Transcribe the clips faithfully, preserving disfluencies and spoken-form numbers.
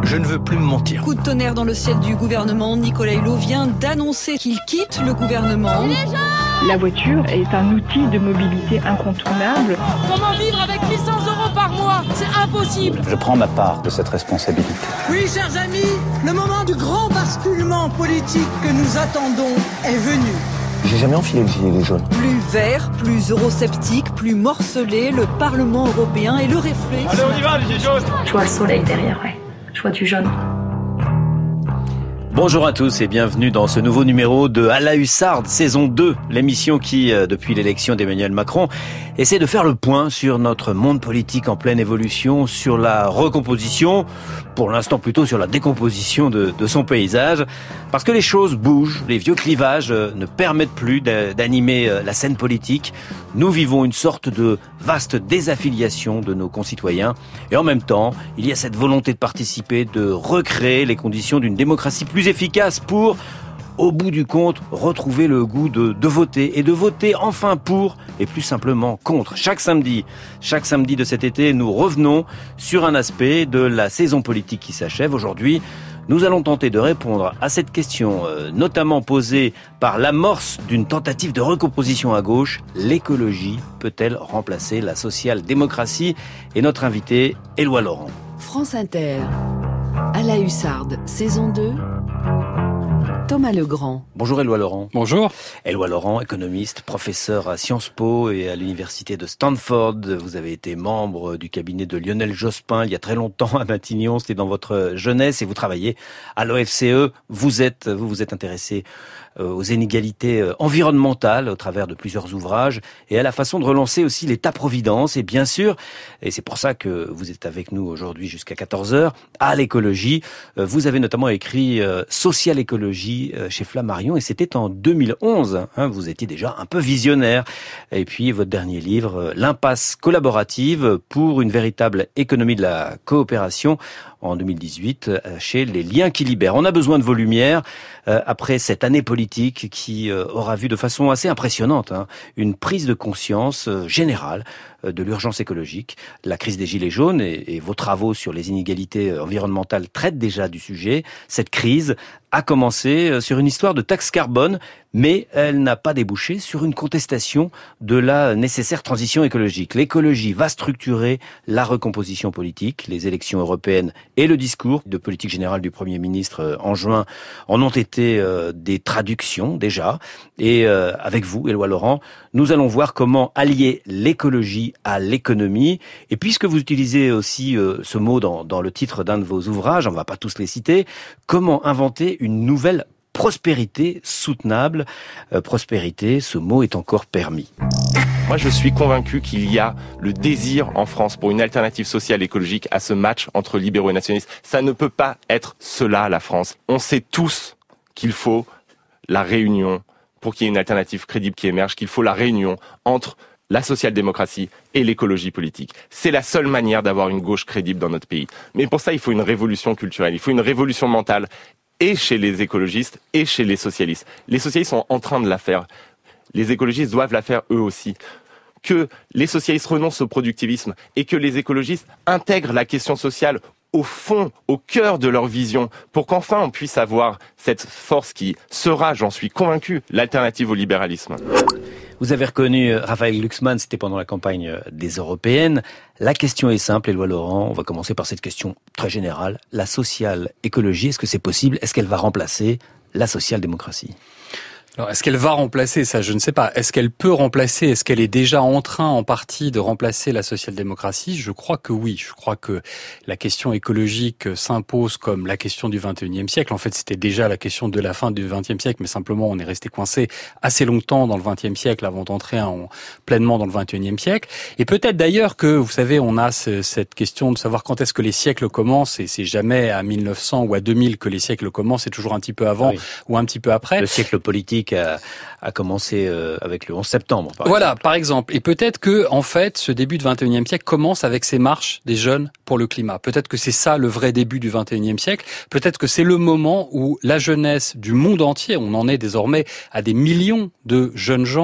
Je ne veux plus me mentir. Coup de tonnerre dans le ciel du gouvernement. Nicolas Hulot vient d'annoncer qu'il quitte le gouvernement. La voiture est un outil de mobilité incontournable. Comment vivre avec mille cent euros par mois? C'est impossible. Je prends ma part de cette responsabilité. Oui, chers amis, le moment du grand basculement politique que nous attendons est venu. J'ai jamais enfilé le gilet jaune. Plus vert, plus eurosceptique, plus morcelé, le Parlement européen est le reflet. Allez, on y va, les gilets jaunes. Je vois le soleil derrière, ouais. Je vois du jaune. Bonjour à tous et bienvenue dans ce nouveau numéro de À la Hussarde, saison deux, l'émission qui, depuis l'élection d'Emmanuel Macron, essaie de faire le point sur notre monde politique en pleine évolution, sur la recomposition, pour l'instant plutôt sur la décomposition de, de son paysage, parce que les choses bougent, les vieux clivages ne permettent plus d'animer la scène politique. Nous vivons une sorte de vaste désaffiliation de nos concitoyens, et en même temps, il y a cette volonté de participer, de recréer les conditions d'une démocratie plus efficace pour, au bout du compte, retrouver le goût de, de voter et de voter enfin pour et plus simplement contre. Chaque samedi, chaque samedi de cet été, nous revenons sur un aspect de la saison politique qui s'achève. Aujourd'hui, nous allons tenter de répondre à cette question, euh, notamment posée par l'amorce d'une tentative de recomposition à gauche. L'écologie peut-elle remplacer la social-démocratie? Et notre invité, Éloi Laurent. France Inter, à la Hussarde, saison deux, Thomas Legrand. Bonjour Éloi Laurent. Bonjour. Éloi Laurent, économiste, professeur à Sciences Po et à l'université de Stanford. Vous avez été membre du cabinet de Lionel Jospin il y a très longtemps à Matignon, c'était dans votre jeunesse, et vous travaillez à l'O F C E. Vous êtes, vous vous êtes intéressé aux inégalités environnementales au travers de plusieurs ouvrages et à la façon de relancer aussi l'État-providence. Et bien sûr, et c'est pour ça que vous êtes avec nous aujourd'hui jusqu'à quatorze heures, à l'écologie. Vous avez notamment écrit Social Écologie chez Flammarion et c'était en deux mille onze. Hein, vous étiez déjà un peu visionnaire. Et puis votre dernier livre, L'impasse collaborative pour une véritable économie de la coopération, en deux mille dix-huit, chez Les Liens qui libèrent. On a besoin de vos lumières euh, après cette année politique qui euh, aura vu de façon assez impressionnante hein, une prise de conscience euh, générale euh, de l'urgence écologique. La crise des gilets jaunes et, et vos travaux sur les inégalités environnementales traitent déjà du sujet. Cette crise a commencé sur une histoire de taxe carbone, mais elle n'a pas débouché sur une contestation de la nécessaire transition écologique. L'écologie va structurer la recomposition politique, les élections européennes et le discours de politique générale du Premier ministre en juin en ont été euh, des traductions déjà. Et euh, avec vous, Éloi Laurent, nous allons voir comment allier l'écologie à l'économie. Et puisque vous utilisez aussi euh, ce mot dans, dans le titre d'un de vos ouvrages, on ne va pas tous les citer, comment inventer une nouvelle prospérité soutenable. Euh, prospérité, ce mot est encore permis. Moi, je suis convaincu qu'il y a le désir en France pour une alternative sociale écologique à ce match entre libéraux et nationalistes. Ça ne peut pas être cela, la France. On sait tous qu'il faut la réunion, pour qu'il y ait une alternative crédible qui émerge, qu'il faut la réunion entre la social-démocratie et l'écologie politique. C'est la seule manière d'avoir une gauche crédible dans notre pays. Mais pour ça, il faut une révolution culturelle, il faut une révolution mentale, et chez les écologistes et chez les socialistes. Les socialistes sont en train de la faire. Les écologistes doivent la faire eux aussi. Que les socialistes renoncent au productivisme et que les écologistes intègrent la question sociale au fond, au cœur de leur vision, pour qu'enfin on puisse avoir cette force qui sera, j'en suis convaincu, l'alternative au libéralisme. Vous avez reconnu Raphaël Glucksmann, c'était pendant la campagne des Européennes. La question est simple, Éloi Laurent. On va commencer par cette question très générale. La social-écologie, est-ce que c'est possible? Est-ce qu'elle va remplacer la social-démocratie? Alors, est-ce qu'elle va remplacer ça? Je ne sais pas. Est-ce qu'elle peut remplacer? Est-ce qu'elle est déjà en train, en partie, de remplacer la social-démocratie? Je crois que oui. Je crois que la question écologique s'impose comme la question du vingt et unième siècle. En fait, c'était déjà la question de la fin du vingtième siècle, mais simplement, on est resté coincé assez longtemps dans le vingtième siècle avant d'entrer en, pleinement dans le vingt et unième siècle. Et peut-être d'ailleurs que, vous savez, on a ce, cette question de savoir quand est-ce que les siècles commencent, et c'est jamais à mille neuf cents ou à deux mille que les siècles commencent, c'est toujours un petit peu avant oui. ou un petit peu après. Le siècle politique A, a commencé euh, avec le onze septembre. Par voilà, exemple. par exemple. Et peut-être que, en fait, ce début du vingt et unième siècle commence avec ces marches des jeunes pour le climat. Peut-être que c'est ça le vrai début du vingt et unième siècle. Peut-être que c'est le moment où la jeunesse du monde entier, on en est désormais à des millions de jeunes gens,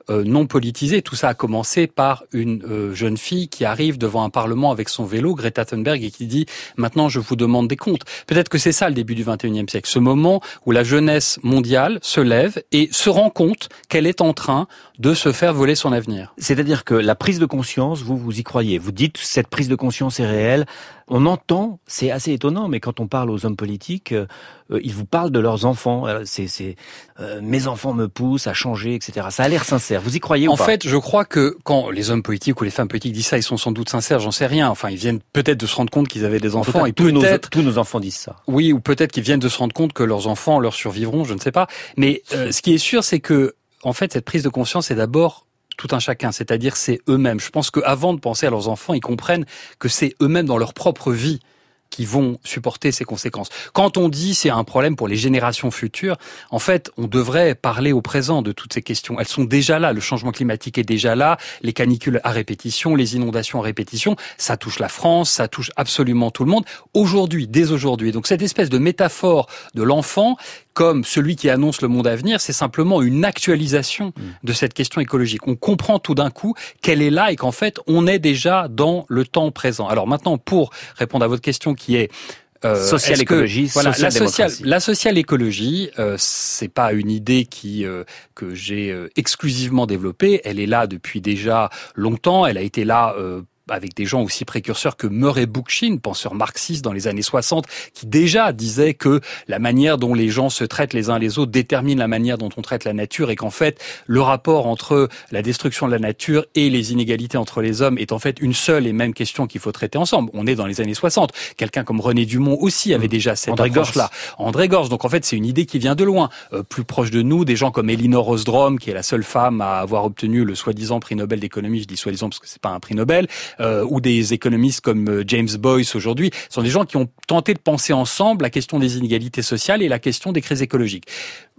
euh, non politisé. Tout ça a commencé par une euh, jeune fille qui arrive devant un parlement avec son vélo, Greta Thunberg, et qui dit « Maintenant, je vous demande des comptes ». Peut-être que c'est ça le début du vingt et unième siècle, ce moment où la jeunesse mondiale se lève et se rend compte qu'elle est en train de se faire voler son avenir. C'est-à-dire que la prise de conscience, vous, vous y croyez. Vous dites cette prise de conscience est réelle. On entend, c'est assez étonnant, mais quand on parle aux hommes politiques, euh, ils vous parlent de leurs enfants. C'est, c'est euh, mes enfants me poussent à changer, et cetera. Ça a l'air sincère. Vous y croyez ou en pas? En fait, je crois que quand les hommes politiques ou les femmes politiques disent ça, ils sont sans doute sincères. J'en sais rien. Enfin, ils viennent peut-être de se rendre compte qu'ils avaient des enfants. Cas, et tous peut-être nos, tous nos enfants disent ça. Oui, ou peut-être qu'ils viennent de se rendre compte que leurs enfants leur survivront. Je ne sais pas. Mais euh, ce qui est sûr, c'est que en fait, cette prise de conscience est d'abord tout un chacun, c'est-à-dire c'est eux-mêmes. Je pense qu'avant de penser à leurs enfants, ils comprennent que c'est eux-mêmes dans leur propre vie qui vont supporter ces conséquences. Quand on dit c'est un problème pour les générations futures, en fait, on devrait parler au présent de toutes ces questions. Elles sont déjà là, le changement climatique est déjà là, les canicules à répétition, les inondations à répétition, ça touche la France, ça touche absolument tout le monde, aujourd'hui, dès aujourd'hui. Donc cette espèce de métaphore de l'enfant, comme celui qui annonce le monde à venir, c'est simplement une actualisation de cette question écologique. On comprend tout d'un coup qu'elle est là et qu'en fait, on est déjà dans le temps présent. Alors maintenant, pour répondre à votre question qui est Euh, social écologie, voilà, social la sociale, démocratie. la social écologie, euh, c'est pas une idée qui euh, que j'ai euh, exclusivement développée. Elle est là depuis déjà longtemps. Elle a été là. Euh, avec des gens aussi précurseurs que Murray Bookchin, penseur marxiste dans les années soixante, qui déjà disait que la manière dont les gens se traitent les uns les autres détermine la manière dont on traite la nature et qu'en fait, le rapport entre la destruction de la nature et les inégalités entre les hommes est en fait une seule et même question qu'il faut traiter ensemble. On est dans les années soixante. Quelqu'un comme René Dumont aussi avait déjà cette André approche-là. André Gorz. Donc en fait, c'est une idée qui vient de loin. Euh, plus proche de nous, des gens comme Elinor Ostrom, qui est la seule femme à avoir obtenu le soi-disant prix Nobel d'économie. Je dis soi-disant parce que c'est pas un prix Nobel. Euh, ou des économistes comme James Boyce aujourd'hui, sont des gens qui ont tenté de penser ensemble la question des inégalités sociales et la question des crises écologiques.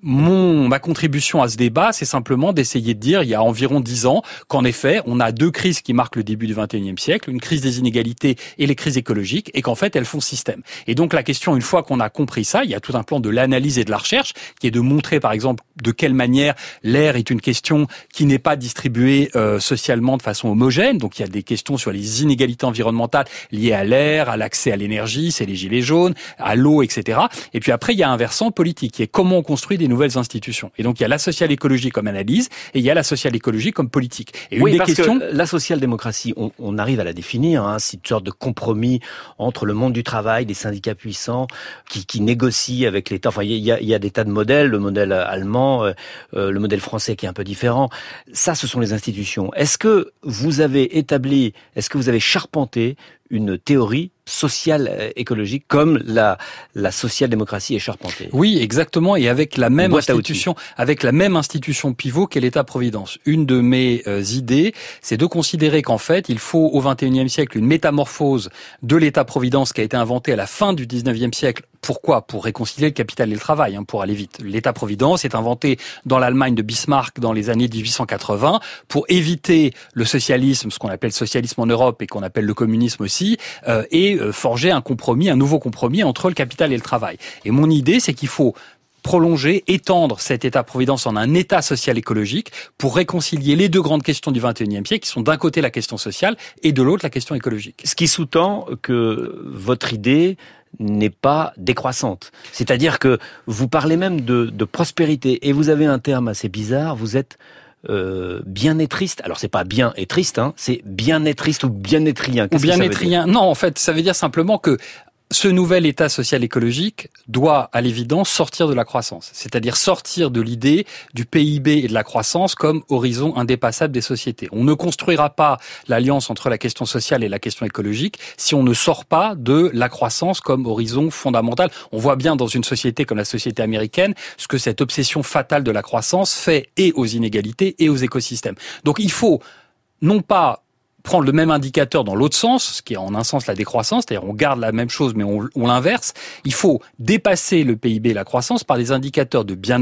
Mon, ma contribution à ce débat, c'est simplement d'essayer de dire, il y a environ dix ans, qu'en effet, on a deux crises qui marquent le début du vingt et unième siècle, une crise des inégalités et les crises écologiques, et qu'en fait, elles font système. Et donc, la question, une fois qu'on a compris ça, il y a tout un plan de l'analyse et de la recherche, qui est de montrer, par exemple, de quelle manière l'air est une question qui n'est pas distribuée euh, socialement de façon homogène. Donc, il y a des questions sur les inégalités environnementales liées à l'air, à l'accès à l'énergie, c'est les gilets jaunes, à l'eau, et cetera. Et puis après, il y a un versant politique, qui est comment on construit des nouvelles institutions. Et donc, il y a la social-écologie comme analyse et il y a la social-écologie comme politique. Et oui, une des parce questions... que la social-démocratie, on, on arrive à la définir, hein, c'est une sorte de compromis entre le monde du travail, des syndicats puissants qui, qui négocient avec l'État. Enfin, il y a, il y a des tas de modèles, le modèle allemand, euh, le modèle français qui est un peu différent. Ça, ce sont les institutions. Est-ce que vous avez établi, est-ce que vous avez charpenté une théorie sociale écologique comme la la social-démocratie est charpentée? Oui, exactement, et avec la même institution, avec la même institution pivot qu'est l'État-providence. Une de mes euh, idées, c'est de considérer qu'en fait, il faut au vingt et unième siècle une métamorphose de l'État-providence qui a été inventée à la fin du dix-neuvième siècle. Pourquoi? Pour réconcilier le capital et le travail, hein, pour aller vite. L'État-providence est inventé dans l'Allemagne de Bismarck dans les années dix-huit cent quatre-vingts pour éviter le socialisme, ce qu'on appelle socialisme en Europe et qu'on appelle le communisme aussi, euh, et euh, forger un compromis, un nouveau compromis entre le capital et le travail. Et mon idée, c'est qu'il faut prolonger, étendre cet État-providence en un État social-écologique pour réconcilier les deux grandes questions du vingt et unième siècle, qui sont d'un côté la question sociale et de l'autre la question écologique. Ce qui sous-tend que votre idée n'est pas décroissante. C'est-à-dire que vous parlez même de, de prospérité et vous avez un terme assez bizarre, vous êtes euh, bien-êtriste. Alors c'est pas bien et triste, hein, c'est bien-êtriste ou bien-êtrien. Ou bien-êtrien. Non, en fait, ça veut dire simplement que ce nouvel État social-écologique doit, à l'évidence, sortir de la croissance. C'est-à-dire sortir de l'idée du P I B et de la croissance comme horizon indépassable des sociétés. On ne construira pas l'alliance entre la question sociale et la question écologique si on ne sort pas de la croissance comme horizon fondamental. On voit bien dans une société comme la société américaine ce que cette obsession fatale de la croissance fait et aux inégalités et aux écosystèmes. Donc il faut non pas prendre le même indicateur dans l'autre sens, ce qui est en un sens la décroissance, c'est-à-dire on garde la même chose mais on, on l'inverse. Il faut dépasser le P I B et la croissance par des indicateurs de bien-être,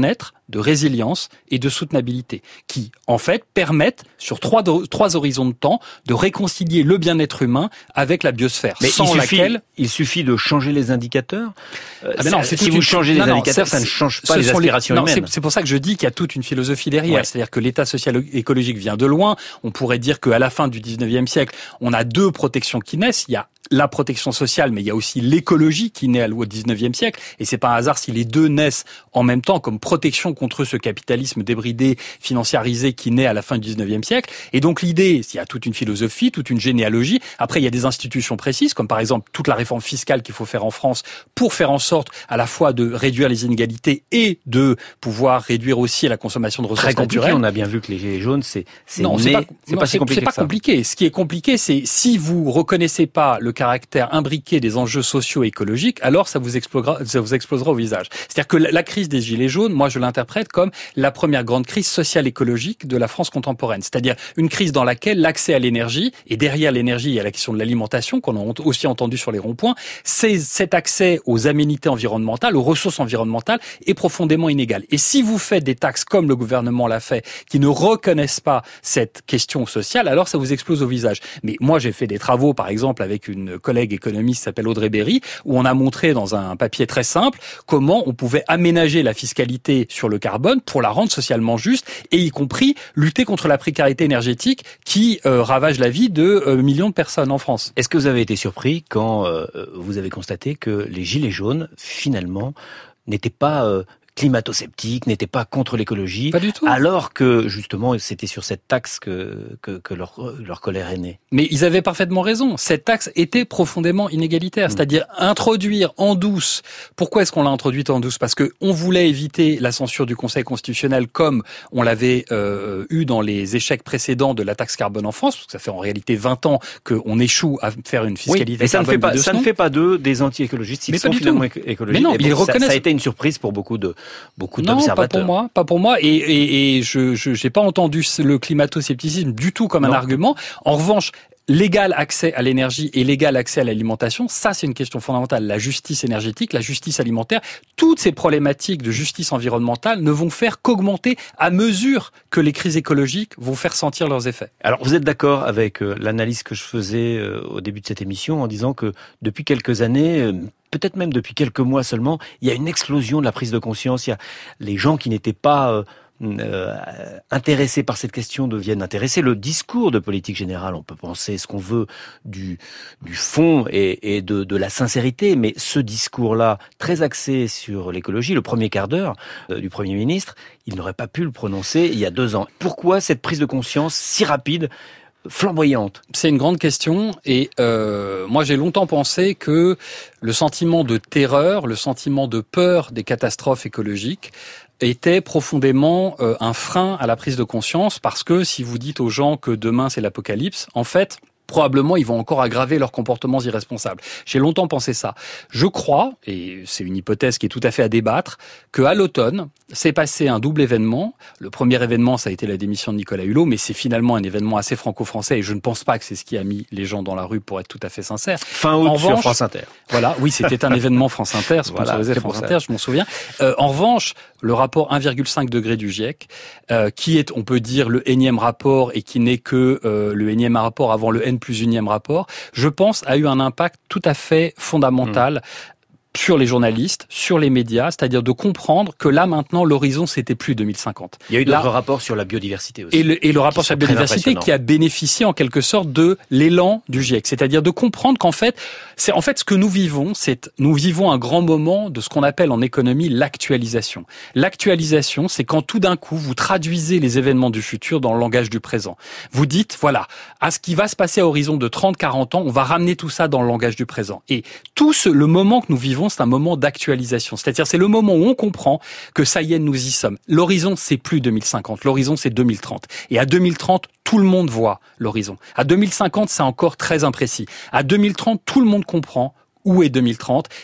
de résilience et de soutenabilité, qui, en fait, permettent, sur trois, trois horizons de temps, de réconcilier le bien-être humain avec la biosphère. Mais sans il suffit, laquelle... il suffit de changer les indicateurs. Euh, ah ben non, ça, si vous changez les non, indicateurs, non, ça ne change pas les aspirations les... humaines. Non, c'est, c'est pour ça que je dis qu'il y a toute une philosophie derrière. Ouais. C'est-à-dire que l'État social écologique vient de loin. On pourrait dire qu'à la fin du dix-neuvième siècle, on a deux protections qui naissent. Il y a la protection sociale, mais il y a aussi l'écologie qui naît au dix-neuvième siècle. Et c'est pas un hasard si les deux naissent en même temps comme protection contre ce capitalisme débridé, financiarisé qui naît à la fin du dix-neuvième siècle. Et donc l'idée, il y a toute une philosophie, toute une généalogie. Après, il y a des institutions précises, comme par exemple toute la réforme fiscale qu'il faut faire en France pour faire en sorte à la fois de réduire les inégalités et de pouvoir réduire aussi la consommation de ressources Très compliqué, naturelles. On a bien vu que les gilets jaunes, c'est, c'est non, né, c'est pas, c'est non, pas si compliqué c'est pas que ça. compliqué. Ce qui est compliqué, c'est si vous reconnaissez pas le caractère imbriqué des enjeux socio-écologiques, alors ça vous explosera, ça vous explosera au visage. C'est-à-dire que la crise des Gilets jaunes, moi je l'interprète comme la première grande crise sociale-écologique de la France contemporaine. C'est-à-dire une crise dans laquelle l'accès à l'énergie, et derrière l'énergie, il y a la question de l'alimentation, qu'on a aussi entendu sur les ronds-points, c'est cet accès aux aménités environnementales, aux ressources environnementales, est profondément inégal. Et si vous faites des taxes comme le gouvernement l'a fait, qui ne reconnaissent pas cette question sociale, alors ça vous explose au visage. Mais moi j'ai fait des travaux, par exemple, avec une collègue économiste qui s'appelle Audrey Berry, où on a montré dans un papier très simple comment on pouvait aménager la fiscalité sur le carbone pour la rendre socialement juste, et y compris lutter contre la précarité énergétique qui euh, ravage la vie de euh, millions de personnes en France. Est-ce que vous avez été surpris quand euh, vous avez constaté que les Gilets jaunes, finalement, n'étaient pas... Euh, climato-sceptiques, n'étaient pas contre l'écologie, pas du tout. Alors que justement c'était sur cette taxe que, que, que leur, leur colère est née. Mais ils avaient parfaitement raison, cette taxe était profondément inégalitaire, mmh. c'est-à-dire introduire en douce, pourquoi est-ce qu'on l'a introduite en douce ? Parce qu'on voulait éviter la censure du Conseil constitutionnel comme on l'avait euh, eu dans les échecs précédents de la taxe carbone en France, parce que ça fait en réalité vingt ans qu'on échoue à faire une fiscalité oui, et ça carbone. Ne fait pas, ça ne fait pas d'eux des anti-écologistes, ils mais sont finalement écologistes. Mais non, ils bon, reconnaissent... ça, ça a été une surprise pour beaucoup de beaucoup non, d'observateurs. pas pour moi, pas pour moi. Et, et, et je, je j'ai pas entendu le climato-scepticisme du tout comme un non. argument. En revanche, l'égal accès à l'énergie et l'égal accès à l'alimentation, ça c'est une question fondamentale. La justice énergétique, la justice alimentaire, toutes ces problématiques de justice environnementale ne vont faire qu'augmenter à mesure que les crises écologiques vont faire sentir leurs effets. Alors vous êtes d'accord avec euh, l'analyse que je faisais euh, au début de cette émission en disant que depuis quelques années... Euh, peut-être même depuis quelques mois seulement, il y a une explosion de la prise de conscience. Il y a les gens qui n'étaient pas euh, euh, intéressés par cette question deviennent intéressés. Le discours de politique générale, on peut penser ce qu'on veut du, du fond et, et de, de la sincérité, mais ce discours-là, très axé sur l'écologie, le premier quart d'heure euh, du Premier ministre, il n'aurait pas pu le prononcer il y a deux ans. Pourquoi cette prise de conscience si rapide ? Flamboyante. C'est une grande question et euh, moi j'ai longtemps pensé que le sentiment de terreur, le sentiment de peur des catastrophes écologiques était profondément euh, un frein à la prise de conscience parce que si vous dites aux gens que demain c'est l'apocalypse, en fait... probablement, ils vont encore aggraver leurs comportements irresponsables. J'ai longtemps pensé ça. Je crois, et c'est une hypothèse qui est tout à fait à débattre, qu'à l'automne, s'est passé un double événement. Le premier événement, ça a été la démission de Nicolas Hulot, mais c'est finalement un événement assez franco-français, et je ne pense pas que c'est ce qui a mis les gens dans la rue, pour être tout à fait sincère. Fin août en sur revanche, France Inter. Voilà, oui, c'était un événement France Inter, sponsorisé voilà, France Inter, je m'en souviens. Euh, en revanche, le rapport un virgule cinq degré du GIEC, euh, qui est, on peut dire, le énième rapport, et qui n'est que euh, le énième rapport avant le N plus unième rapport, je pense, a eu un impact tout à fait fondamental mmh. sur les journalistes, sur les médias, c'est-à-dire de comprendre que là, maintenant, l'horizon, c'était plus deux mille cinquante. Il y a eu d'autres rapports sur la biodiversité aussi. Et le, et le rapport sur la biodiversité qui a bénéficié, en quelque sorte, de l'élan du GIEC. C'est-à-dire de comprendre qu'en fait, c'est, en fait, ce que nous vivons, c'est, nous vivons un grand moment de ce qu'on appelle en économie l'actualisation. L'actualisation, c'est quand tout d'un coup, vous traduisez les événements du futur dans le langage du présent. Vous dites, voilà, à ce qui va se passer à horizon de trente, quarante ans, on va ramener tout ça dans le langage du présent. Et tout ce, le moment que nous vivons, c'est un moment d'actualisation. C'est-à-dire, c'est le moment où on comprend que ça y est, nous y sommes. L'horizon, c'est plus deux mille cinquante. L'horizon, c'est deux mille trente. Et à deux mille trente, tout le monde voit l'horizon. À deux mille cinquante, c'est encore très imprécis. À deux mille trente, tout le monde comprend où est deux mille trente et tout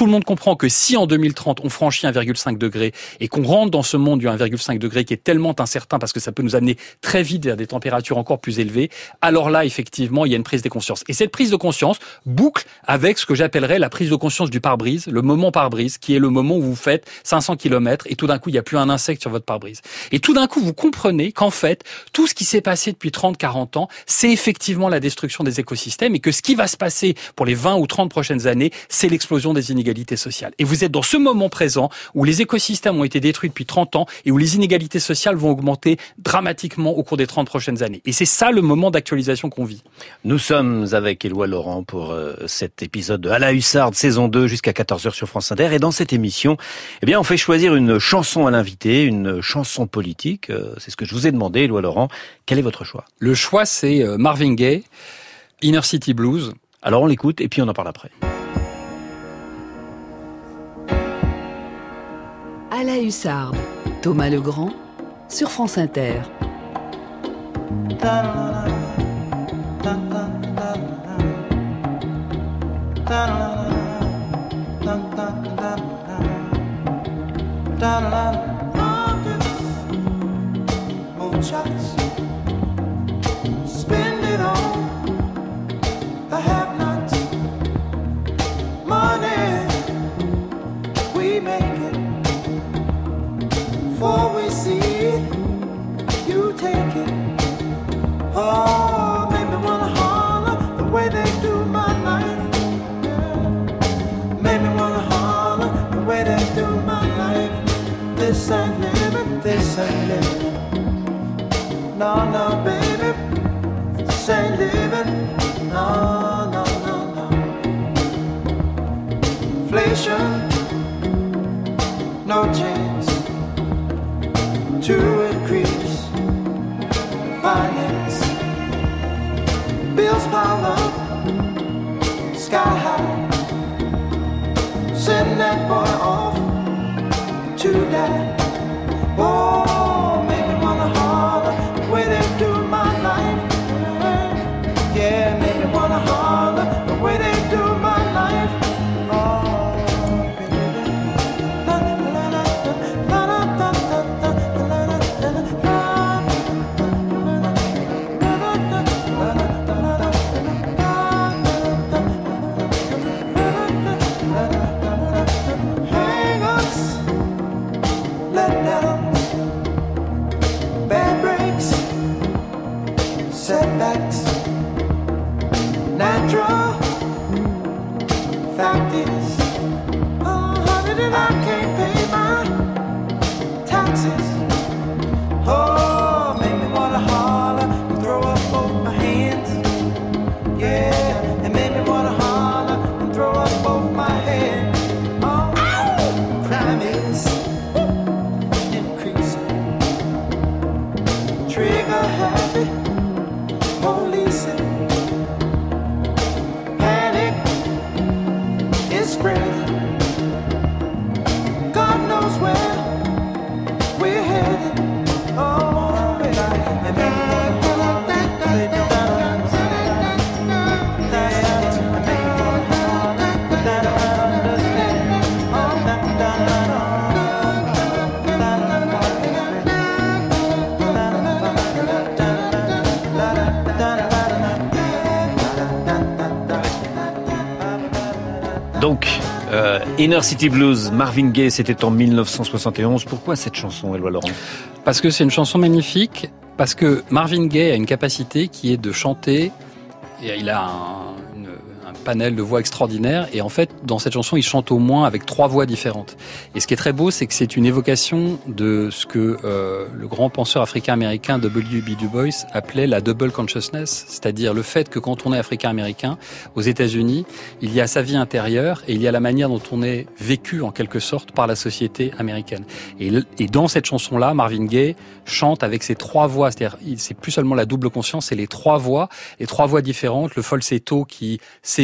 tout le monde comprend que si en deux mille trente on franchit un virgule cinq degré et qu'on rentre dans ce monde du un virgule cinq degré qui est tellement incertain parce que ça peut nous amener très vite vers des températures encore plus élevées, alors là effectivement il y a une prise de conscience. Et cette prise de conscience boucle avec ce que j'appellerais la prise de conscience du pare-brise, le moment pare-brise, qui est le moment où vous faites cinq cents kilomètres et tout d'un coup il n'y a plus un insecte sur votre pare-brise. Et tout d'un coup vous comprenez qu'en fait tout ce qui s'est passé depuis trente quarante ans, c'est effectivement la destruction des écosystèmes et que ce qui va se passer pour les vingt ou trente prochaines années, c'est l'explosion des inégalités sociales. Et vous êtes dans ce moment présent où les écosystèmes ont été détruits depuis trente ans et où les inégalités sociales vont augmenter dramatiquement au cours des trente prochaines années. Et c'est ça le moment d'actualisation qu'on vit. Nous sommes avec Éloi Laurent pour euh, cet épisode de À la Hussarde, saison deux, jusqu'à quatorze heures sur France Inter. Et dans cette émission, eh bien, on fait choisir une chanson à l'invité, une chanson politique. Euh, c'est ce que je vous ai demandé, Éloi Laurent. Quel est votre choix? Le choix, c'est Marvin Gaye, Inner City Blues. Alors on l'écoute et puis on en parle après. À la Hussarde, Thomas Legrand, sur France Inter. Spend it on the have-nots. Money, we make it. Before we see it, you take it. Oh, make me wanna holler the way they do my life. Yeah. Make me wanna holler the way they do my life. This ain't living, this ain't living. No, no, baby, this ain't living. No, no, no, no. Inflation, no chance to increase finance. Bills pile up, sky high. Send that boy off to die. Oh, make me wanna holler the way they do my life. Yeah, make me wanna holler the way they do my life. Oh, baby. La, la, la, la, la, la, la, la, la, hang-ups, let-downs, bad breaks, setbacks, natural. Fact is, oh, honey, that I can't pay my taxes. Oh, make me wanna holler and throw up both my hands. Yeah, and make me wanna holler and throw up both my hands. Oh, ow! Crime is increasing. Trigger happy, policing. Panic is spreading. God knows where we're headed. Oh, baby, and make me wanna holler, they do Donc, euh, Inner City Blues, Marvin Gaye, c'était en mille neuf cent soixante et onze. Pourquoi cette chanson, Éloi Laurent? Parce que c'est une chanson magnifique, parce que Marvin Gaye a une capacité qui est de chanter, et il a un, une, un panel de voix extraordinaire, et en fait, dans cette chanson, il chante au moins avec trois voix différentes. Et ce qui est très beau, c'est que c'est une évocation de ce que euh, le grand penseur africain-américain W B Du Bois appelait la double consciousness, c'est-à-dire le fait que quand on est africain-américain, aux États-Unis, il y a sa vie intérieure et il y a la manière dont on est vécu, en quelque sorte, par la société américaine. Et, et dans cette chanson-là, Marvin Gaye chante avec ses trois voix, c'est-à-dire c'est plus seulement la double conscience, c'est les trois voix, les trois voix différentes, le falsetto qui s'émet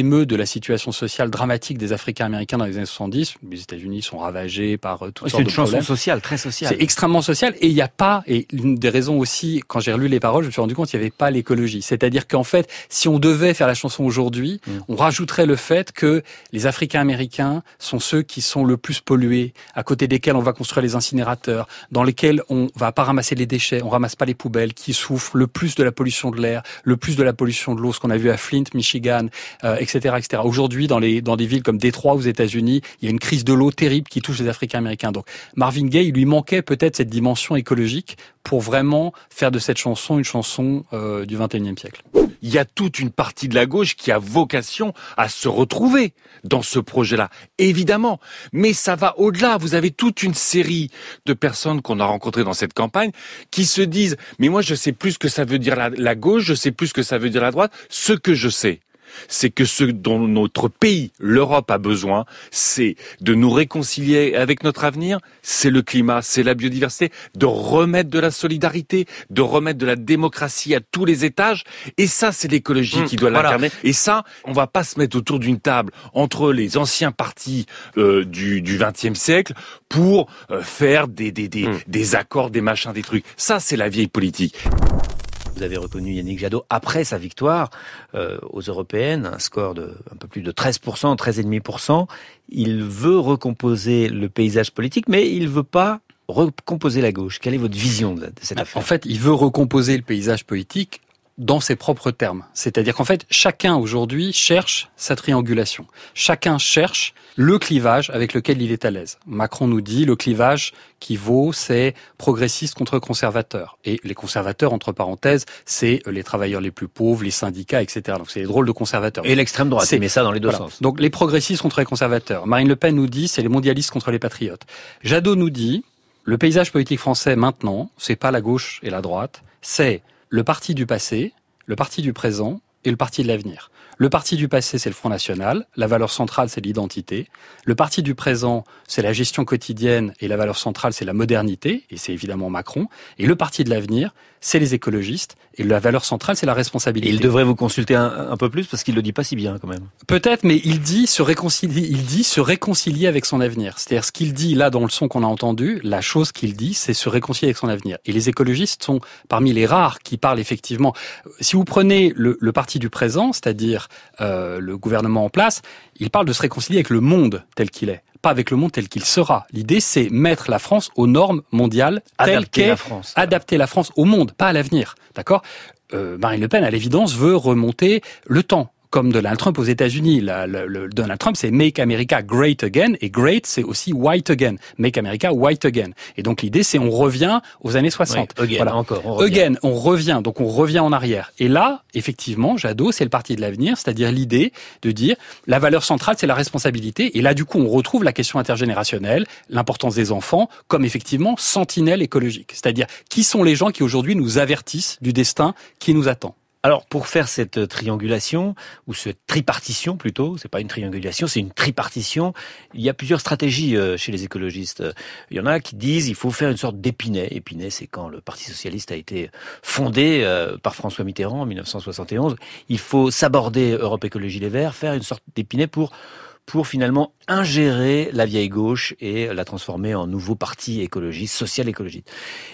émeut de la situation sociale dramatique des Africains-Américains dans les années soixante-dix. Les États-Unis sont ravagés par euh, toutes oui, sortes de problèmes. C'est une chanson sociale, très sociale. C'est extrêmement social. Et il n'y a pas, et une des raisons aussi, quand j'ai relu les paroles, je me suis rendu compte qu'il n'y avait pas l'écologie. C'est-à-dire qu'en fait, si on devait faire la chanson aujourd'hui, mmh. on rajouterait le fait que les Africains-Américains sont ceux qui sont le plus pollués, à côté desquels on va construire les incinérateurs, dans lesquels on va pas ramasser les déchets, on ramasse pas les poubelles, qui souffrent le plus de la pollution de l'air, le plus de la pollution de l'eau, ce qu'on a vu à Flint, Michigan, euh, et cetera, et cetera. Aujourd'hui, dans les dans des villes comme Détroit aux États-Unis, il y a une crise de l'eau terrible qui touche les Africains-Américains. Donc Marvin Gaye, il lui manquait peut-être cette dimension écologique pour vraiment faire de cette chanson une chanson euh, du vingt et unième siècle. Il y a toute une partie de la gauche qui a vocation à se retrouver dans ce projet-là, évidemment. Mais ça va au-delà. Vous avez toute une série de personnes qu'on a rencontrées dans cette campagne qui se disent « Mais moi, je sais plus ce que ça veut dire la, la gauche, je sais plus ce que ça veut dire la droite. Ce que je sais, c'est que ce dont notre pays, l'Europe, a besoin, c'est de nous réconcilier avec notre avenir, c'est le climat, c'est la biodiversité, de remettre de la solidarité, de remettre de la démocratie à tous les étages. Et ça, c'est l'écologie mmh, qui doit voilà. l'incarner. Et ça, on va pas se mettre autour d'une table entre les anciens partis euh, du du vingtième siècle pour euh, faire des des des, mmh. des accords, des machins, des trucs. Ça, c'est la vieille politique. Vous avez reconnu Yannick Jadot après sa victoire euh, aux européennes, un score de un peu plus de treize pour cent, treize virgule cinq pour cent. Il veut recomposer le paysage politique, mais il veut pas recomposer la gauche. Quelle est votre vision de, de cette affaire ? En fait, il veut recomposer le paysage politique dans ses propres termes. C'est-à-dire qu'en fait, chacun aujourd'hui cherche sa triangulation. Chacun cherche le clivage avec lequel il est à l'aise. Macron nous dit, le clivage qui vaut, c'est progressiste contre conservateur. Et les conservateurs, entre parenthèses, c'est les travailleurs les plus pauvres, les syndicats, et cetera. Donc c'est les drôles de conservateurs. Et l'extrême droite, il met ça dans les deux voilà. sens. Donc les progressistes contre les conservateurs. Marine Le Pen nous dit, c'est les mondialistes contre les patriotes. Jadot nous dit, le paysage politique français maintenant, c'est pas la gauche et la droite, c'est le parti du passé, le parti du présent et le parti de l'avenir. Le parti du passé, c'est le Front National. La valeur centrale, c'est l'identité. Le parti du présent, c'est la gestion quotidienne et la valeur centrale, c'est la modernité. Et c'est évidemment Macron. Et le parti de l'avenir, c'est les écologistes. Et la valeur centrale, c'est la responsabilité. Et il devrait vous consulter un, un peu plus parce qu'il le dit pas si bien quand même. Peut-être, mais il dit se réconcilier, il dit se réconcilier avec son avenir. C'est-à-dire ce qu'il dit là dans le son qu'on a entendu, la chose qu'il dit, c'est se réconcilier avec son avenir. Et les écologistes sont parmi les rares qui parlent effectivement. Si vous prenez le, le parti du présent, c'est-à-dire Euh, le gouvernement en place, il parle de se réconcilier avec le monde tel qu'il est, pas avec le monde tel qu'il sera. L'idée, c'est mettre la France aux normes mondiales telles qu'est, adapter la France au monde, pas à l'avenir. D'accord ? euh, Marine Le Pen, à l'évidence, veut remonter le temps. Comme Donald Trump aux États-Unis. La, le, le Donald Trump, c'est Make America Great Again, et Great, c'est aussi White Again. Make America White Again. Et donc l'idée, c'est on revient aux années soixante. Oui, again, voilà. encore. On revient. Again, on revient. Donc on revient en arrière. Et là, effectivement, Jadot, c'est le parti de l'avenir, c'est-à-dire l'idée de dire la valeur centrale, c'est la responsabilité. Et là, du coup, on retrouve la question intergénérationnelle, l'importance des enfants, comme effectivement sentinelle écologique. C'est-à-dire qui sont les gens qui aujourd'hui nous avertissent du destin qui nous attend. Alors, pour faire cette triangulation, ou cette tripartition plutôt, c'est pas une triangulation, c'est une tripartition, il y a plusieurs stratégies chez les écologistes. Il y en a qui disent il faut faire une sorte d'épinet. Épinet, c'est quand le Parti socialiste a été fondé par François Mitterrand en mille neuf cent soixante et onze. Il faut s'aborder Europe Écologie Les Verts, faire une sorte d'épinet pour pour finalement ingérer la vieille gauche et la transformer en nouveau parti écologiste, social-écologiste.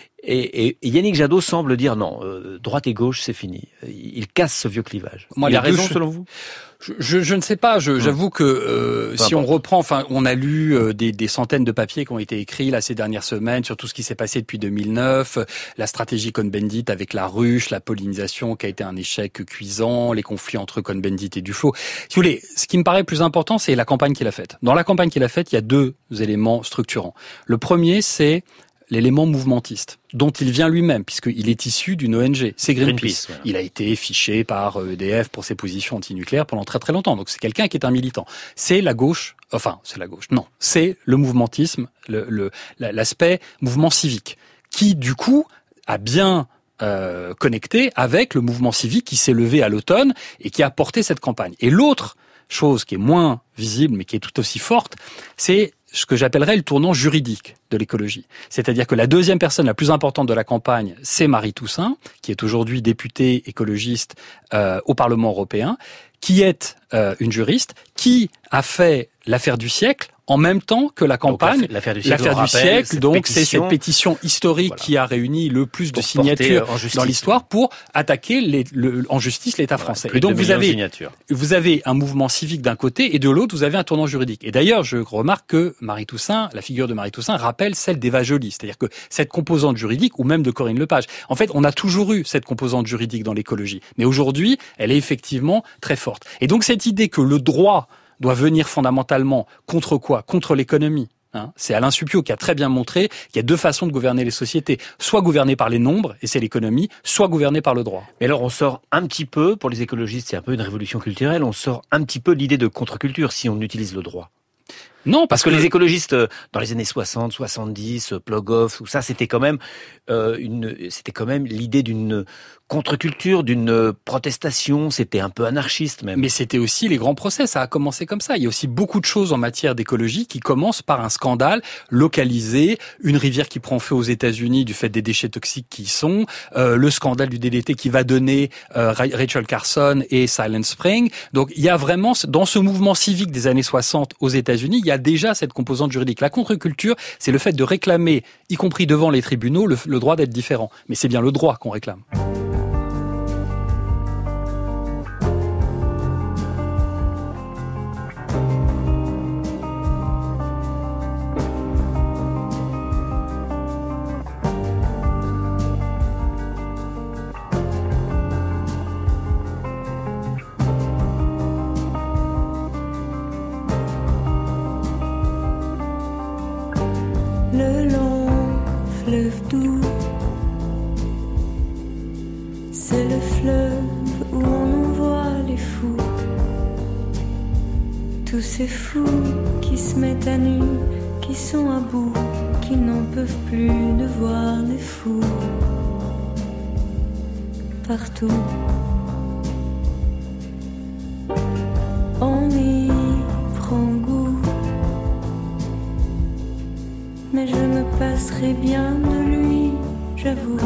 Et, et Yannick Jadot semble dire non, euh, droite et gauche, c'est fini. Il casse ce vieux clivage. Moi, il a raison, je, selon vous ? je, je, je ne sais pas. Je, j'avoue que euh, si on reprend, enfin, on a lu euh, des, des centaines de papiers qui ont été écrits là ces dernières semaines sur tout ce qui s'est passé depuis deux mille neuf, la stratégie Cohn-Bendit avec la ruche, la pollinisation qui a été un échec cuisant, les conflits entre Cohn-Bendit et Duflot. Si vous voulez, ce qui me paraît plus important, c'est la campagne qu'il a faite. Dans la campagne qu'il a faite, il y a deux éléments structurants. Le premier, c'est l'élément mouvementiste, dont il vient lui-même, puisqu'il est issu d'une O N G, c'est Greenpeace. Greenpeace voilà. Il a été fiché par E D F pour ses positions antinucléaires pendant très très longtemps, donc c'est quelqu'un qui est un militant. C'est la gauche, enfin, c'est la gauche, non, c'est le mouvementisme, le, le, l'aspect mouvement civique, qui du coup a bien euh, connecté avec le mouvement civique qui s'est levé à l'automne et qui a porté cette campagne. Et l'autre chose qui est moins visible, mais qui est tout aussi forte, c'est ce que j'appellerais le tournant juridique de l'écologie. C'est-à-dire que la deuxième personne la plus importante de la campagne, c'est Marie Toussaint, qui est aujourd'hui députée écologiste euh, au Parlement européen, qui est euh, une juriste, qui a fait l'affaire du siècle en même temps que la campagne. Donc, l'affaire du siècle, l'affaire du siècle donc pétition. c'est cette pétition historique voilà. qui a réuni le plus pour de signatures dans l'histoire pour attaquer les, le, en justice l'État voilà, français. Et donc vous avez, vous avez un mouvement civique d'un côté et de l'autre vous avez un tournant juridique. Et d'ailleurs je remarque que Marie Toussaint, la figure de Marie Toussaint rappelle celle d'Eva Joly, c'est-à-dire que cette composante juridique ou même de Corinne Lepage. En fait on a toujours eu cette composante juridique dans l'écologie, mais aujourd'hui elle est effectivement très forte. Et donc cette idée que le droit doit venir fondamentalement contre quoi ? Contre l'économie. Hein, c'est Alain Supiot qui a très bien montré qu'il y a deux façons de gouverner les sociétés. Soit gouverner par les nombres, et c'est l'économie, soit gouverner par le droit. Mais alors on sort un petit peu, pour les écologistes c'est un peu une révolution culturelle, on sort un petit peu de l'idée de contre-culture si on utilise le droit. Non, parce, parce que, que les écologistes dans les années soixante, soixante-dix, Plogoff, tout ça, c'était quand même euh, une, c'était quand même l'idée d'une contre-culture, d'une protestation. C'était un peu anarchiste même. Mais c'était aussi les grands procès. Ça a commencé comme ça. Il y a aussi beaucoup de choses en matière d'écologie qui commencent par un scandale localisé, une rivière qui prend feu aux États-Unis du fait des déchets toxiques qui y sont, euh, le scandale du D D T qui va donner euh, Rachel Carson et Silent Spring. Donc il y a vraiment dans ce mouvement civique des années soixante aux États-Unis, il y a déjà cette composante juridique. La contre-culture, c'est le fait de réclamer, y compris devant les tribunaux, le, le droit d'être différent. Mais c'est bien le droit qu'on réclame. Le long fleuve doux, c'est le fleuve où on envoie les fous. Tous ces fous qui se mettent à nu, qui sont à bout, qui n'en peuvent plus de voir les fous partout. On y prend goût, mais je me passerai bien de lui, j'avoue.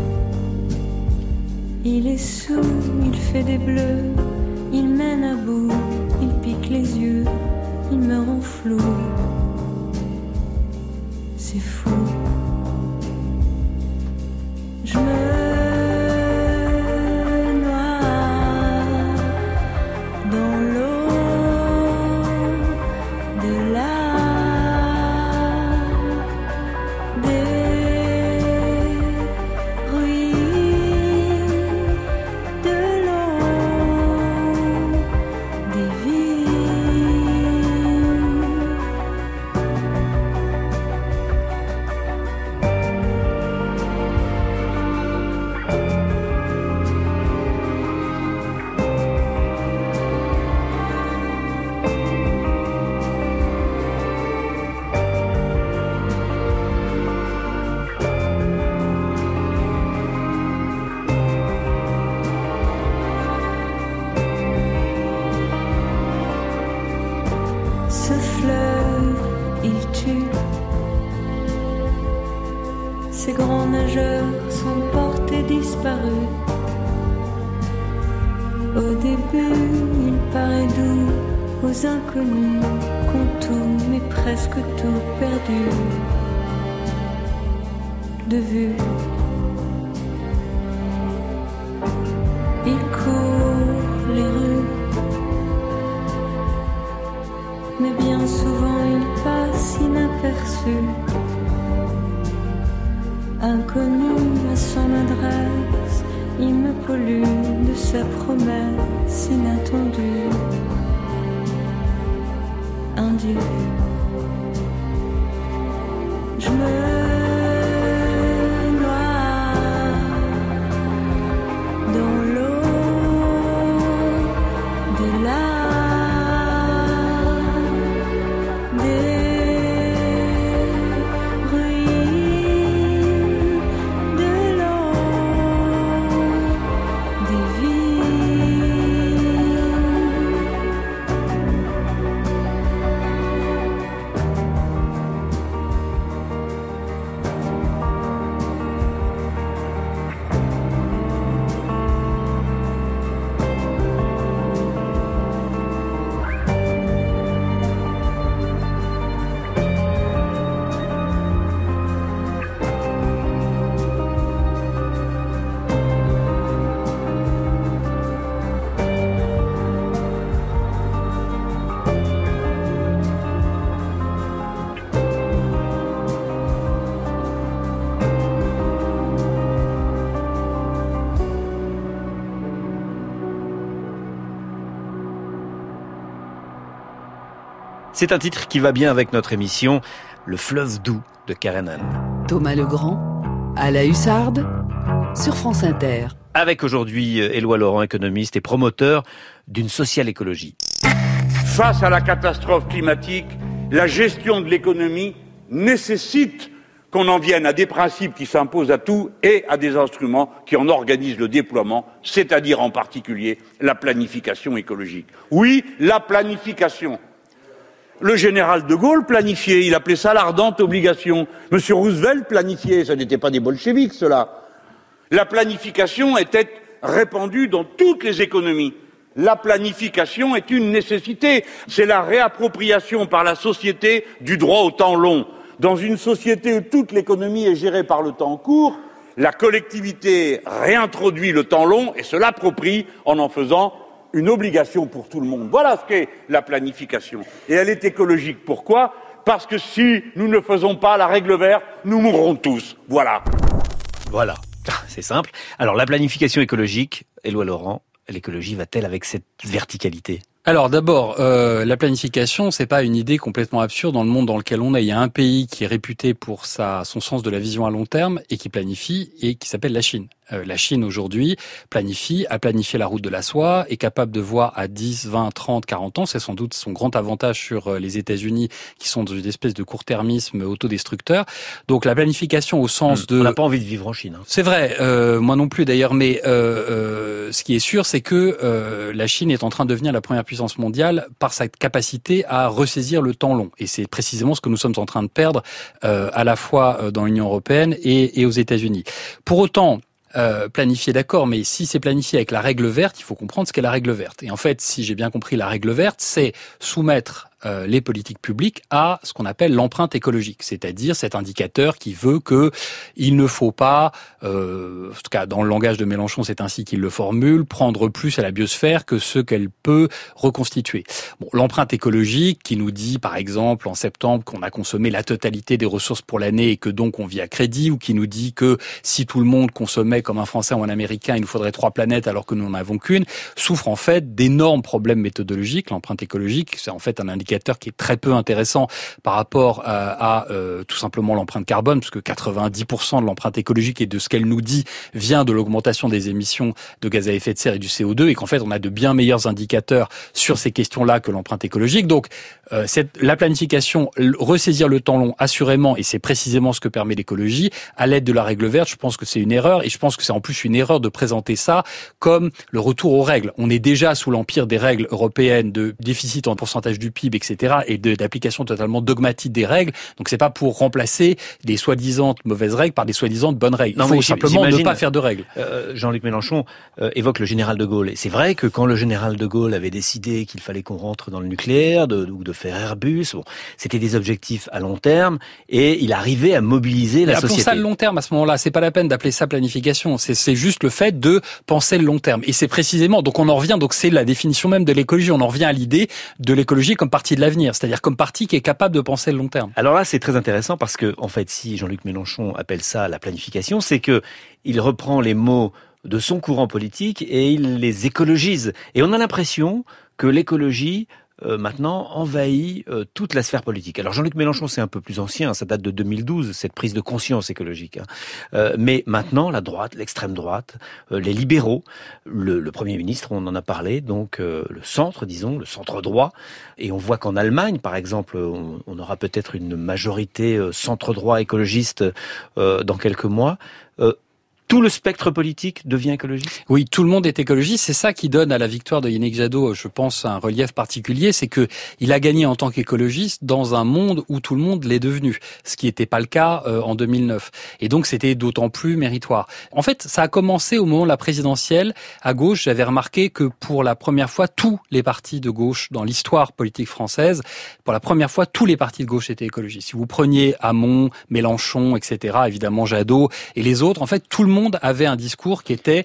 Il est sous, il fait des bleus, il mène à bout, il pique les yeux, il me rend flou. C'est fou. Je me inconnus, qu'ont tout, mais presque tout perdu de vue. Il court les rues, mais bien souvent il passe inaperçu. Inconnu à son adresse, il me pollue de sa promesse inattendue. Dieu. Je me C'est un titre qui va bien avec notre émission, Le fleuve doux de Karenan. Thomas Legrand, à la Hussarde, sur France Inter. Avec aujourd'hui Éloi Laurent, économiste et promoteur d'une sociale écologie. Face à la catastrophe climatique, la gestion de l'économie nécessite qu'on en vienne à des principes qui s'imposent à tout et à des instruments qui en organisent le déploiement, c'est-à-dire en particulier la planification écologique. Oui, la planification. Le général de Gaulle planifiait, il appelait ça l'ardente obligation. Monsieur Roosevelt planifiait, ça n'était pas des bolcheviks, cela. La planification était répandue dans toutes les économies. La planification est une nécessité. C'est la réappropriation par la société du droit au temps long. Dans une société où toute l'économie est gérée par le temps court, la collectivité réintroduit le temps long et se l'approprie en en faisant une obligation pour tout le monde. Voilà ce qu'est la planification. Et elle est écologique. Pourquoi ? Parce que si nous ne faisons pas la règle verte, nous mourrons tous. Voilà. Voilà. C'est simple. Alors, la planification écologique, Éloi Laurent, l'écologie va-t-elle avec cette verticalité ? Alors d'abord, euh, la planification, c'est pas une idée complètement absurde dans le monde dans lequel on est. Il y a un pays qui est réputé pour sa, son sens de la vision à long terme et qui planifie et qui s'appelle la Chine. Euh, la Chine aujourd'hui planifie, a planifié la route de la soie, est capable de voir à dix, vingt, trente, quarante ans. C'est sans doute son grand avantage sur les États-Unis qui sont dans une espèce de court-termisme autodestructeur. Donc la planification au sens mmh, de... On n'a pas envie de vivre en Chine. Hein. C'est vrai, euh, moi non plus d'ailleurs, mais euh, euh, ce qui est sûr, c'est que euh, la Chine est en train de devenir la première puissance mondiale par sa capacité à ressaisir le temps long. Et c'est précisément ce que nous sommes en train de perdre euh, à la fois dans l'Union européenne et, et aux États-Unis. Pour autant, Euh, planifier, d'accord, mais si c'est planifié avec la règle verte, il faut comprendre ce qu'est la règle verte. Et en fait, si j'ai bien compris, la règle verte, c'est soumettre euh, les politiques publiques à ce qu'on appelle l'empreinte écologique, c'est-à-dire cet indicateur qui veut que il ne faut pas, euh, en tout cas dans le langage de Mélenchon, c'est ainsi qu'il le formule, prendre plus à la biosphère que ce qu'elle peut reconstituer. Bon, l'empreinte écologique qui nous dit, par exemple, en septembre, qu'on a consommé la totalité des ressources pour l'année et que donc on vit à crédit, ou qui nous dit que si tout le monde consommait comme un Français ou un Américain, il nous faudrait trois planètes alors que nous n'en avons qu'une, souffre en fait d'énormes problèmes méthodologiques. L'empreinte écologique, c'est en fait un indicateur qui est très peu intéressant par rapport à, à euh, tout simplement l'empreinte carbone, parce que quatre-vingt-dix pour cent de l'empreinte écologique et de ce qu'elle nous dit vient de l'augmentation des émissions de gaz à effet de serre et du C O deux, et qu'en fait on a de bien meilleurs indicateurs sur ces questions-là que l'empreinte écologique. Donc euh, cette, la planification, ressaisir le temps long assurément, et c'est précisément ce que permet l'écologie, à l'aide de la règle verte, je pense que c'est une erreur, et je pense que c'est en plus une erreur de présenter ça comme le retour aux règles. On est déjà sous l'empire des règles européennes de déficit en pourcentage du P I B, et cetera, et de, d'application totalement dogmatique des règles. Donc c'est pas pour remplacer des soi-disant mauvaises règles par des soi-disant bonnes règles. Il non, faut simplement ne pas faire de règles. Euh, Jean-Luc Mélenchon euh, évoque le général de Gaulle. Et c'est vrai que quand le général de Gaulle avait décidé qu'il fallait qu'on rentre dans le nucléaire, de, ou de faire Airbus, bon, c'était des objectifs à long terme, et il arrivait à mobiliser la mais société. Appelons ça le long terme à ce moment-là. C'est pas la peine d'appeler ça planification. C'est, c'est juste le fait de penser le long terme. Et c'est précisément, donc on en revient, donc c'est la définition même de l'écologie. On en revient à l'idée de l'écologie comme partie de l'avenir, c'est-à-dire comme partie qui est capable de penser le long terme. Alors là, c'est très intéressant parce que, en fait, si Jean-Luc Mélenchon appelle ça la planification, c'est que il reprend les mots de son courant politique et il les écologise. Et on a l'impression que l'écologie Euh, maintenant envahit euh, toute la sphère politique. Alors Jean-Luc Mélenchon, c'est un peu plus ancien, ça date de deux mille douze, cette prise de conscience écologique. Hein. Euh, mais maintenant, la droite, l'extrême droite, euh, les libéraux, le, le Premier ministre, on en a parlé, donc euh, le centre, disons, le centre droit. Et on voit qu'en Allemagne, par exemple, on, on aura peut-être une majorité euh, centre droit écologiste euh, dans quelques mois. Euh, Tout le spectre politique devient écologiste ? Oui, tout le monde est écologiste. C'est ça qui donne à la victoire de Yannick Jadot, je pense, un relief particulier. C'est que il a gagné en tant qu'écologiste dans un monde où tout le monde l'est devenu. Ce qui n'était pas le cas euh, en deux mille neuf. Et donc, c'était d'autant plus méritoire. En fait, ça a commencé au moment de la présidentielle. À gauche, j'avais remarqué que pour la première fois, tous les partis de gauche dans l'histoire politique française, pour la première fois, tous les partis de gauche étaient écologistes. Si vous preniez Hamon, Mélenchon, et cetera, évidemment Jadot et les autres, en fait, tout le monde monde avait un discours qui était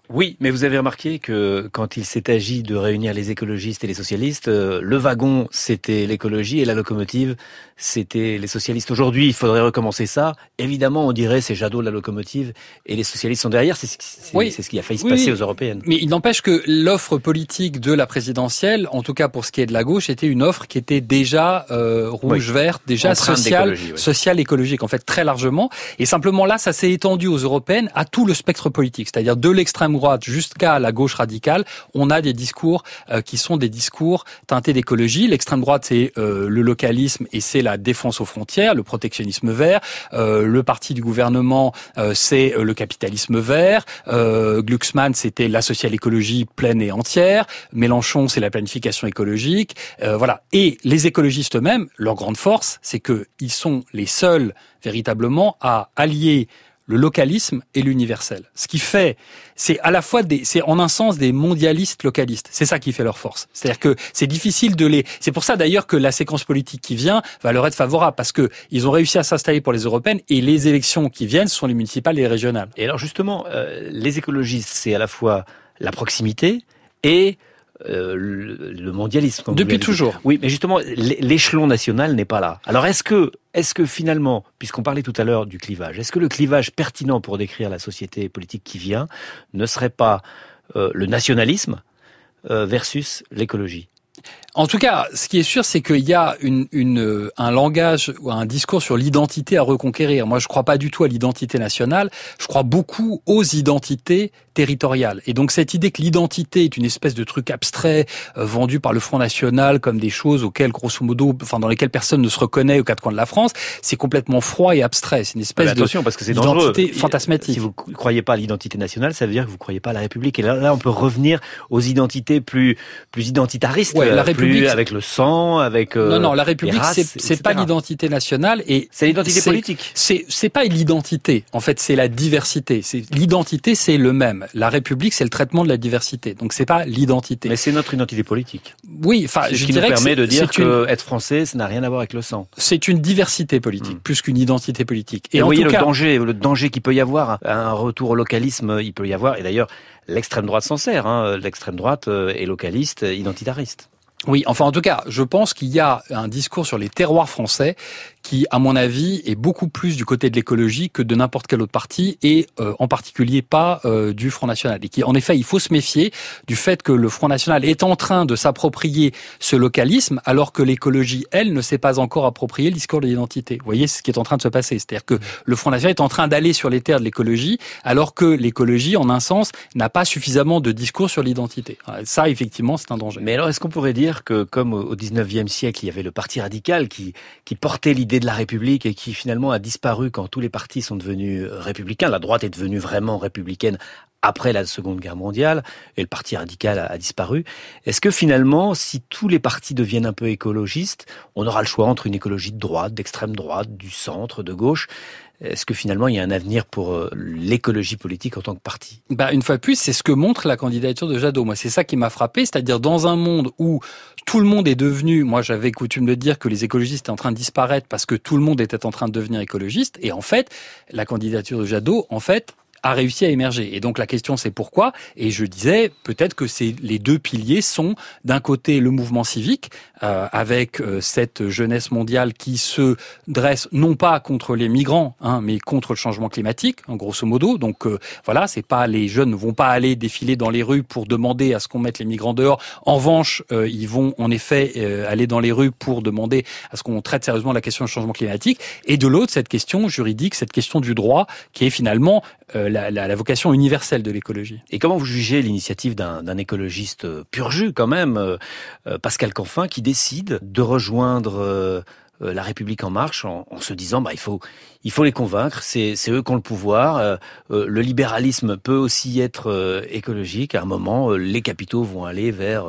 Oui, mais vous avez remarqué que quand il s'est agi de réunir les écologistes et les socialistes, euh, le wagon, c'était l'écologie et la locomotive, c'était les socialistes. Aujourd'hui, il faudrait recommencer ça. Évidemment, on dirait c'est Jadot la locomotive et les socialistes sont derrière. C'est, c'est, oui. c'est ce qui a failli se oui, passer oui. aux européennes. Mais il n'empêche que l'offre politique de la présidentielle, en tout cas pour ce qui est de la gauche, était une offre qui était déjà euh, rouge-verte, oui. déjà sociale, oui. sociale, écologique, en fait très largement. Et simplement là, ça s'est étendu aux européennes à tout le spectre politique, c'est-à-dire de l'extrême droite jusqu'à la gauche radicale. On a des discours euh, qui sont des discours teintés d'écologie. L'extrême droite, c'est euh, le localisme et c'est la défense aux frontières, le protectionnisme vert. Euh, le parti du gouvernement, euh, c'est le capitalisme vert. Euh, Glucksmann, c'était la social-écologie pleine et entière. Mélenchon, c'est la planification écologique. Euh, voilà. Et les écologistes eux-mêmes, leur grande force, c'est que ils sont les seuls véritablement à allier le localisme et l'universel. Ce qui fait, c'est à la fois des, c'est en un sens des mondialistes localistes. C'est ça qui fait leur force. C'est-à-dire que c'est difficile de les, c'est pour ça d'ailleurs que la séquence politique qui vient va leur être favorable parce que ils ont réussi à s'installer pour les européennes et les élections qui viennent sont les municipales et les régionales. Et alors justement, euh, les écologistes, c'est à la fois la proximité et Euh, le, le mondialisme. Depuis toujours. Oui, mais justement, l'échelon national n'est pas là. Alors, est-ce que, est-ce que finalement, puisqu'on parlait tout à l'heure du clivage, est-ce que le clivage pertinent pour décrire la société politique qui vient ne serait pas euh, le nationalisme euh, versus l'écologie ? En tout cas, ce qui est sûr, c'est qu'il y a une, une, un langage ou un discours sur l'identité à reconquérir. Moi, je ne crois pas du tout à l'identité nationale. Je crois beaucoup aux identités territoriales. Et donc, cette idée que l'identité est une espèce de truc abstrait euh, vendu par le Front National comme des choses auxquelles, grosso modo, enfin dans lesquelles personne ne se reconnaît aux quatre coins de la France, c'est complètement froid et abstrait. C'est une espèce mais attention, de parce que c'est d'identité dangereux. fantasmatique. Si vous ne croyez pas à l'identité nationale, ça veut dire que vous ne croyez pas à la République. Et là, là, on peut revenir aux identités plus, plus identitaristes, ouais, la République, plus avec le sang, avec euh, non non la République races, c'est, c'est pas l'identité nationale et c'est l'identité c'est, politique. C'est c'est pas l'identité en fait, c'est la diversité. C'est l'identité, c'est le même. La République, c'est le traitement de la diversité. Donc c'est pas l'identité. Mais c'est notre identité politique. Oui, enfin c'est je ce qui dirais nous permet que de dire c'est que une... être français, ça n'a rien à voir avec le sang. C'est une diversité politique mmh. plus qu'une identité politique. Et, et en vous voyez tout le cas... danger, le danger qu'il peut y avoir, un retour au localisme, il peut y avoir. Et d'ailleurs, l'extrême droite s'en sert. Hein. L'extrême droite est localiste, identitariste. Oui, enfin en tout cas, je pense qu'il y a un discours sur les terroirs français qui, à mon avis, est beaucoup plus du côté de l'écologie que de n'importe quel autre parti, et euh, en particulier pas euh, du Front National. Et qui, en effet, il faut se méfier du fait que le Front National est en train de s'approprier ce localisme, alors que l'écologie, elle, ne s'est pas encore approprié le discours de l'identité. Vous voyez, c'est ce qui est en train de se passer. C'est-à-dire que le Front National est en train d'aller sur les terres de l'écologie, alors que l'écologie, en un sens, n'a pas suffisamment de discours sur l'identité. Ça, effectivement, c'est un danger. Mais alors, est-ce qu'on pourrait dire que, comme au dix-neuvième siècle, il y avait le Parti radical qui, qui portait l'idée de la République et qui finalement a disparu quand tous les partis sont devenus républicains. La droite est devenue vraiment républicaine après la Seconde Guerre mondiale et le Parti radical a, a disparu. Est-ce que finalement, si tous les partis deviennent un peu écologistes, on aura le choix entre une écologie de droite, d'extrême droite, du centre, de gauche ? Est-ce que finalement il y a un avenir pour l'écologie politique en tant que parti ? Bah, une fois de plus, c'est ce que montre la candidature de Jadot. Moi, c'est ça qui m'a frappé, c'est-à-dire dans un monde où tout le monde est devenu, moi j'avais coutume de dire que les écologistes étaient en train de disparaître parce que tout le monde était en train de devenir écologiste, et en fait, la candidature de Jadot, en fait, a réussi à émerger. Et donc la question c'est pourquoi ? Et je disais peut-être que c'est les deux piliers sont d'un côté le mouvement civique euh, avec euh, cette jeunesse mondiale qui se dresse non pas contre les migrants, hein, mais contre le changement climatique, en grosso modo. Donc euh, voilà, c'est pas les jeunes ne vont pas aller défiler dans les rues pour demander à ce qu'on mette les migrants dehors. En revanche, euh, ils vont en effet euh, aller dans les rues pour demander à ce qu'on traite sérieusement la question du changement climatique. Et de l'autre, cette question juridique, cette question du droit, qui est finalement euh, La, la, la vocation universelle de l'écologie. Et comment vous jugez l'initiative d'un, d'un écologiste pur jus quand même, euh, Pascal Canfin, qui décide de rejoindre euh, la République en marche en, en se disant bah il faut il faut les convaincre, c'est c'est eux qui ont le pouvoir. Euh, euh, le libéralisme peut aussi être euh, écologique. À un moment, euh, les capitaux vont aller vers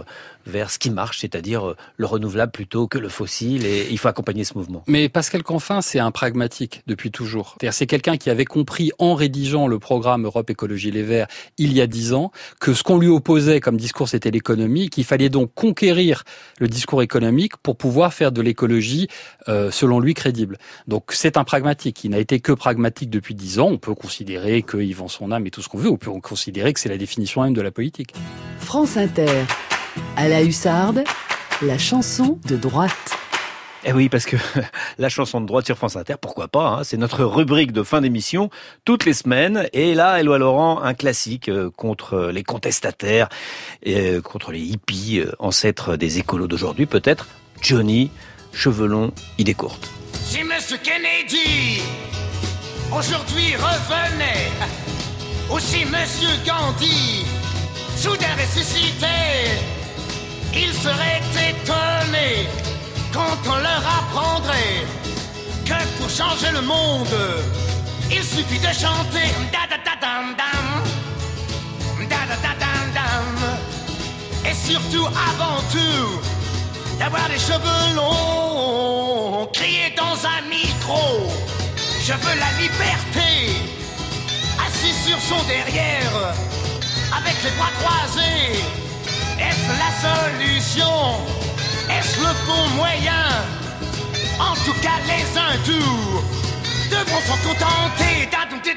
vers ce qui marche, c'est-à-dire le renouvelable plutôt que le fossile, et il faut accompagner ce mouvement. Mais Pascal Canfin, c'est un pragmatique depuis toujours. C'est-à-dire, c'est quelqu'un qui avait compris en rédigeant le programme Europe Écologie Les Verts il y a dix ans que ce qu'on lui opposait comme discours, c'était l'économie, qu'il fallait donc conquérir le discours économique pour pouvoir faire de l'écologie, euh, selon lui, crédible. Donc c'est un pragmatique. Il n'a été que pragmatique depuis dix ans. On peut considérer qu'il vend son âme et tout ce qu'on veut. On peut considérer que c'est la définition même de la politique. France Inter. À la hussarde, la chanson de droite. Eh oui, parce que la chanson de droite sur France Inter, pourquoi pas, hein, c'est notre rubrique de fin d'émission, toutes les semaines. Et là, Éloi Laurent, un classique euh, contre les contestataires, euh, contre les hippies, euh, ancêtres des écolos d'aujourd'hui peut-être. Johnny, cheveux longs, idées courtes. Si Monsieur Kennedy aujourd'hui revenait, aussi Monsieur Gandhi soudain ressuscité, il serait étonné quand on leur apprendrait que pour changer le monde, il suffit de chanter da-da-da-dam-dam, da-da-da-dam-dam, et surtout avant tout d'avoir des cheveux longs, crier dans un micro, je veux la liberté, assis sur son derrière, avec les bras croisés. Est-ce la solution? Est-ce le bon moyen? En tout cas, les hindous devront s'en contenter.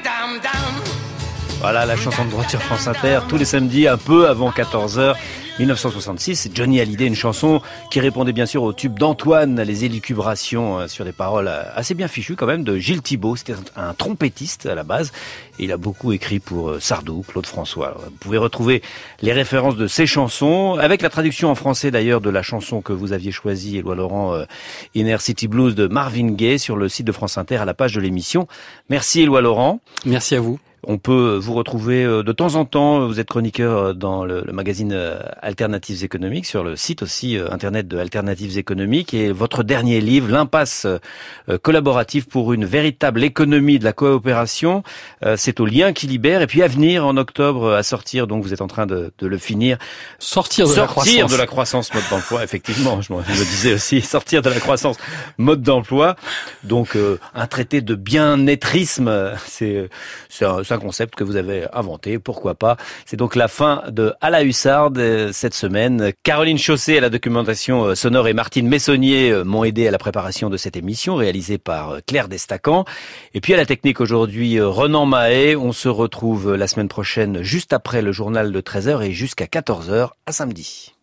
Voilà la chanson de droite sur France Inter, tous les samedis, un peu avant quatorze heures. dix-neuf cent soixante-six, Johnny Hallyday, une chanson qui répondait bien sûr au tube d'Antoine, les élucubrations sur des paroles assez bien fichues quand même, de Gilles Thibault. C'était un trompettiste à la base, et il a beaucoup écrit pour Sardou, Claude François. Alors, vous pouvez retrouver les références de ces chansons, avec la traduction en français d'ailleurs de la chanson que vous aviez choisie, Éloi Laurent, euh, Inner City Blues de Marvin Gaye, sur le site de France Inter à la page de l'émission. Merci Éloi Laurent. Merci à vous. On peut vous retrouver de temps en temps, vous êtes chroniqueur dans le, le magazine Alternatives économiques, sur le site aussi internet de Alternatives économiques, et votre dernier livre, L'impasse collaborative pour une véritable économie de la coopération, c'est au Lien qui libère, et puis Avenir en octobre à sortir, donc vous êtes en train de, de le finir. Sortir de sortir la croissance. Sortir de la croissance, mode d'emploi, effectivement, je me disais aussi, sortir de la croissance, mode d'emploi, donc euh, un traité de bien-êtrisme, c'est, c'est un C'est un concept que vous avez inventé, pourquoi pas. C'est donc la fin de À la hussarde cette semaine. Caroline Chausset à la documentation sonore et Martine Messonnier m'ont aidé à la préparation de cette émission réalisée par Claire Destacan. Et puis à la technique aujourd'hui, Renan Mahé. On se retrouve la semaine prochaine juste après le journal de treize heures et jusqu'à quatorze heures à samedi.